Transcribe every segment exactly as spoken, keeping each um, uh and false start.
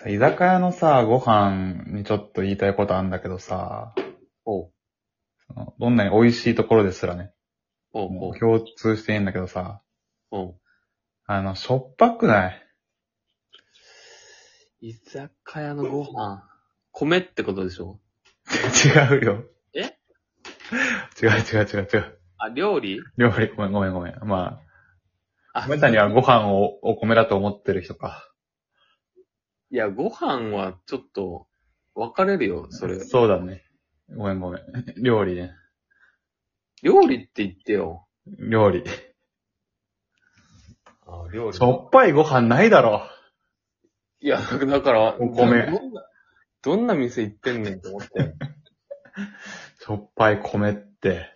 居酒屋のさ、ご飯にちょっと言いたいことあるんだけどさ、 おう、 そのどんなに美味しいところですらね、 おう、おう、 もう共通していいんだけどさ、 おう。 あの、しょっぱくない？ 居酒屋のご飯。米ってことでしょ？ 違うよ。 え違う違う違う違う。 あ、料理料理、ごめんごめんごめん。まあ、 あ、 めたにはご飯をお米だと思ってる人か。 いや、ご飯はちょっと、分かれるよ、それ。 そうだね。ごめんごめん。料理ね。 料理って言ってよ。 料理。 あ、料理。 しょっぱいご飯ないだろ。 いや、だから、 お米どんな、どんな店行ってんねんと思って。 しょっぱい米って。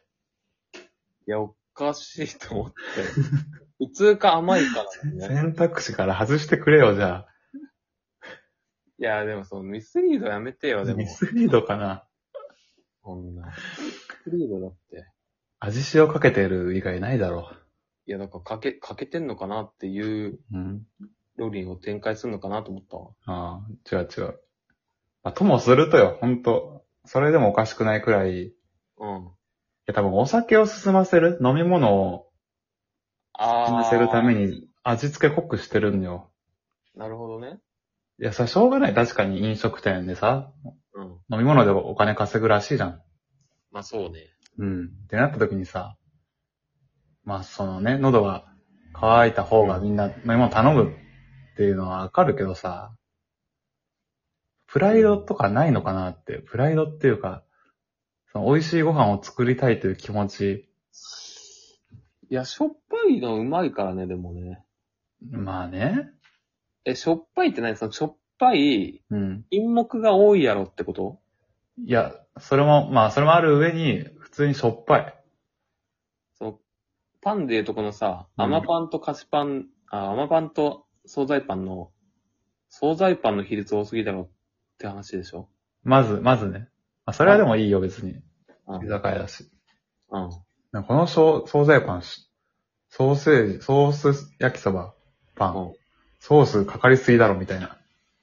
いや、おかしいと思って。普通か甘いからね。 選択肢から外してくれよ、じゃあ。 いや、でもそのミスリードやめてよ、でもミ。スリードかな。 こんな。ミスリードだって。 味塩かけてる以外ないだろいや、だからかけ、かけてんのかなっていうう。うん。 料理を展開するのかなと思ったわ。 ああ、違う違う。まあ、ともするとよ、ほんと。それでもおかしくないくらい。いうん。 や、多分お酒を進ませる、飲み物をあ進ませるために味付け濃くしてるんよ。 なるほどね。 いや、さ、しょうがない。確かに飲食店でさ、 うん。 飲み物でお金稼ぐらしいじゃん。 まあそうね。 うん。ってなった時にさ、まあそのね、喉が渇いた方がみんな飲み物頼むっていうのはわかるけどさ、プライドとかないのかなって、プライドっていうか、その美味しいご飯を作りたいという気持ち、 いや、しょっぱいのうまいからね、でもね。 まあね。 え、しょっぱいって何？そのしょっぱいうん。 品目が多いやろってこと？ いや、それも、まあそれもある上に、普通にしょっぱい。 その、パンでいうとこのさ、 うん甘パンと菓子パン、あ、甘パンと惣菜パンの、惣菜パンの比率多すぎだろって話でしょ？ まず、まずね。まあそれはでもいいよ、別に。 うん。 居酒屋だし。 うん。 なんかこの総惣菜パンし、ソーセージ、ソース焼きそば、パン。 うん。 ソースかかりすぎだろ、みたいな。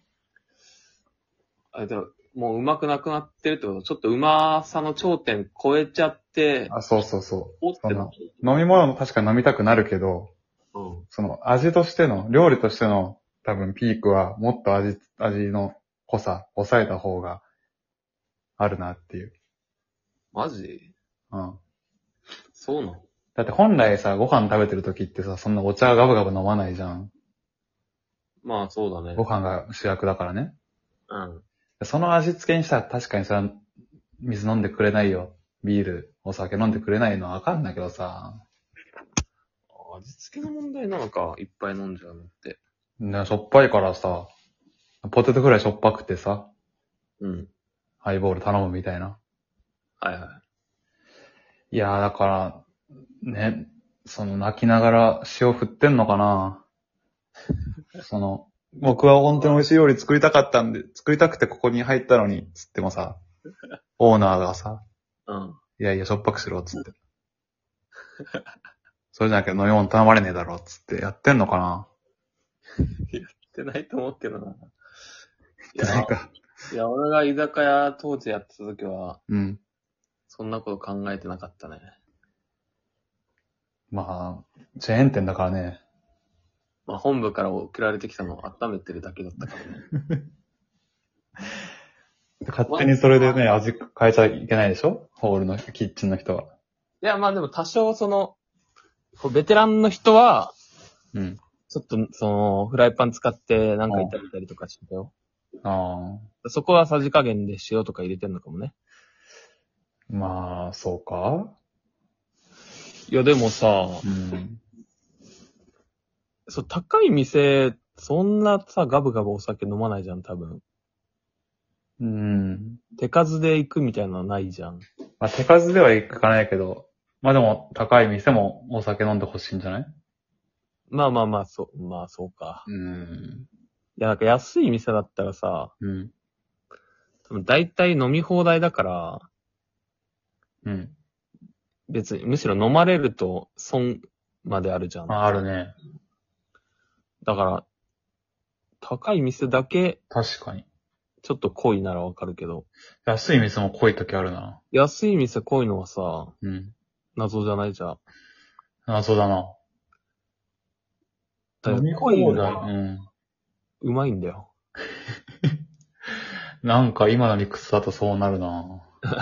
あれだ、もううまくなくなってるってこと？ちょっとうまさの頂点超えちゃって、 あ、そうそうそう。 おってなその、飲み物も確かに飲みたくなるけど、 うん。 その味としての、料理としての多分ピークはもっと味、味の濃さ、抑えた方があるなっていう。 マジ？ うん。 そうなの？ だって本来さ、ご飯食べてる時ってさ、そんなお茶ガブガブ飲まないじゃん。 まあそうだね。 ご飯が主役だからね。 うん。 その味付けにしたら確かにさ、水飲んでくれないよ。ビール、お酒飲んでくれないのはわかんないけどさ。 味付けの問題なのか、いっぱい飲んじゃうのって。 ね、しょっぱいからさ、ポテトフライしょっぱくてさ、 うん。 ハイボール頼むみたいな。 はいはい。 いやーだから、ね、その泣きながら塩振ってんのかなその、僕は本当に美味しい料理作りたかったんで、作りたくてここに入ったのに、つってもさ、オーナーがさ、 うん。 いやいやしょっぱくしろ、つって。それじゃなきゃ飲み物頼まれねえだろ、つってやってんのかなやってないと思うけどな。いやってないか。 いや、俺が居酒屋当時やってた時は、 うん。 そんなこと考えてなかったね。 まあ、チェーン店だからね。 まあ本部から送られてきたのを温めてるだけだったからね。 勝手にそれでね、味変えちゃいけないでしょホールの、キッチンの人は。 いや、まあでも多少その、こうベテランの人は、 うん。 ちょっとその、フライパン使ってなんか炒めたりとかしてたよ。 ああ。 そこはさじ加減で塩とか入れてんのかもね。 まあ、そうかいやでもさ、 うん。 そう、高い店、そんなさ、ガブガブお酒飲まないじゃん、多分。 うん。 手数で行くみたいなのないじゃん。 まあ、手数ではいかないけど、まあでも、高い店もお酒飲んでほしいんじゃないまあまあまあ、そう、まあそうか。 うん。 いや、なんか安い店だったらさ、 うん。 多分大体飲み放題だから、 うん。 別に、むしろ飲まれると損まであるじゃん。 あ、あるね。 だから、 高い店だけ、 確かに。 ちょっと濃いならわかるけど、 安い店も濃い時あるな。 安い店濃いのはさ、 うん。 謎じゃないじゃん。 謎だな。 だから飲み濃い放題。 のはうん。 うまいんだよ。 なんか今の理屈だとそうなるな。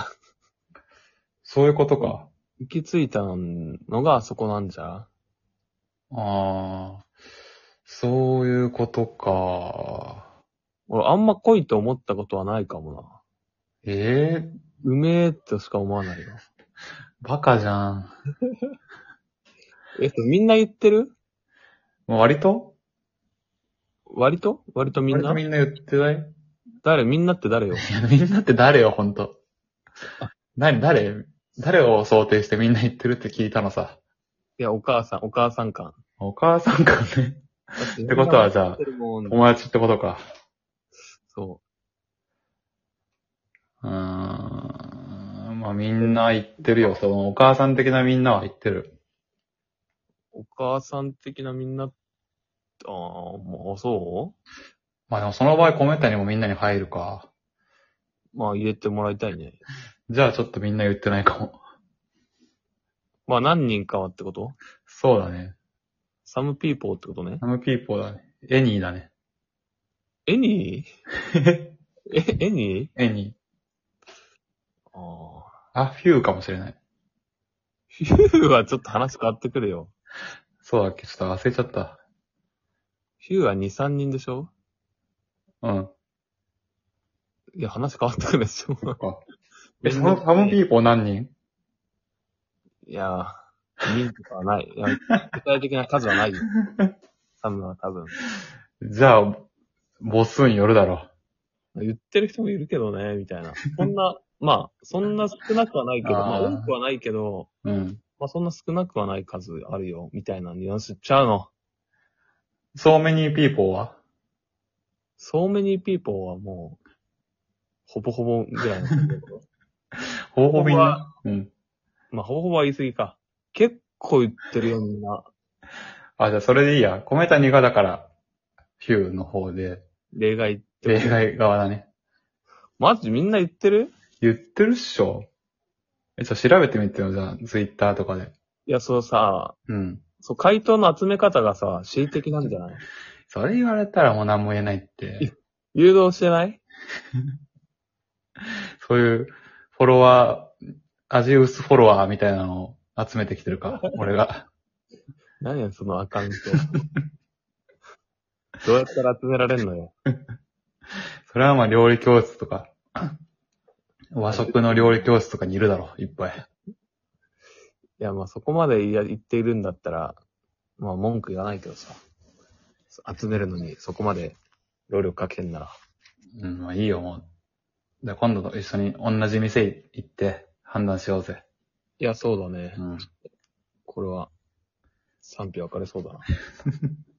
そういうことか。 行き着いたのがあそこなんじゃん。 ああ、そういうことか。 俺あんま濃いと思ったことはないかもな。 ええうめえとしか思わないよ。 バカじゃん。 えっと、みんな言ってる？ もう割と割と割とみんな割とみんな言ってない誰みんなって誰よ。 いや、みんなって誰よ、ほんと。何、誰誰を想定してみんな言ってるって聞いたのさ。 いや、お母さん、お母さん感。 お母さんかね。 っってことはじゃあ友友達ってことか。 そうーん。まあみんな言ってるよ。そのお母さん的なみんなは言ってる。 う。お母さん的なみんな、ああ、もう、そまあでもその場合米谷もみんなに入るか。 うまあ入れてもらいたいね。 じゃあちょっとみんな言ってないかも。 まあ何人かはってこと？ そうだね。 サムピーポーってことね。 サムピーポーだね。エニーだね。 エニーえ、エニエニーああ。 ー。あ、フューかもしれない。 ヒューはちょっと話変わってくるよ。 そうだっけちょっと忘れちゃった。 ヒューはに、さんにんでしょ？ うん。 いや、話変わってくるでしょ。 そっか。え、そのサムピーポー何人いや、人とかはない。いや、具体的な数はないよ。サムは多分。 じゃあ、母数によるだろ言ってる人もいるけどね、みたいな。そんな、まあ、そんな少なくはないけど、まああー多くはないけど、 う。うん。 まあそんな少なくはない数あるよ、みたいなニュアンスちゃうの。 So many people は So many people はもう、ほぼほぼぐらいの感じだけど。 ほぼほぼみんほぼなうん。 まあほぼほぼは言い過ぎか。結構言ってるよ、みんな。 あ、じゃあそれでいいや。米谷がだから、フューの方で、 例外って。 例外側だね。 マジみんな言ってる？ 言ってるっしょ。え、ちょっと調べてみてよ、じゃあ、ツイッターとかで。 いや、そうさ、 うん。 そう、回答の集め方がさ、恣意的なんじゃない？ それ言われたらもう何も言えないって。 誘導してない？ そういう、フォロワー、味薄フォロワーみたいなのを集めてきてるか、俺が。 何や、そのアカウント。どうやったら集められんのよ。 それはまあ料理教室とか、和食の料理教室とかにいるだろう、いっぱい。 いや、まあそこまで言っているんだったら、まあ文句言わないけどさ。集めるのにそこまで労力かけんなら。 うん、まあいいよ、もう。じゃあ今度と一緒に同じ店行って判断しようぜ。 いや、そうだね。 うん。 これは賛否分かれそうだな。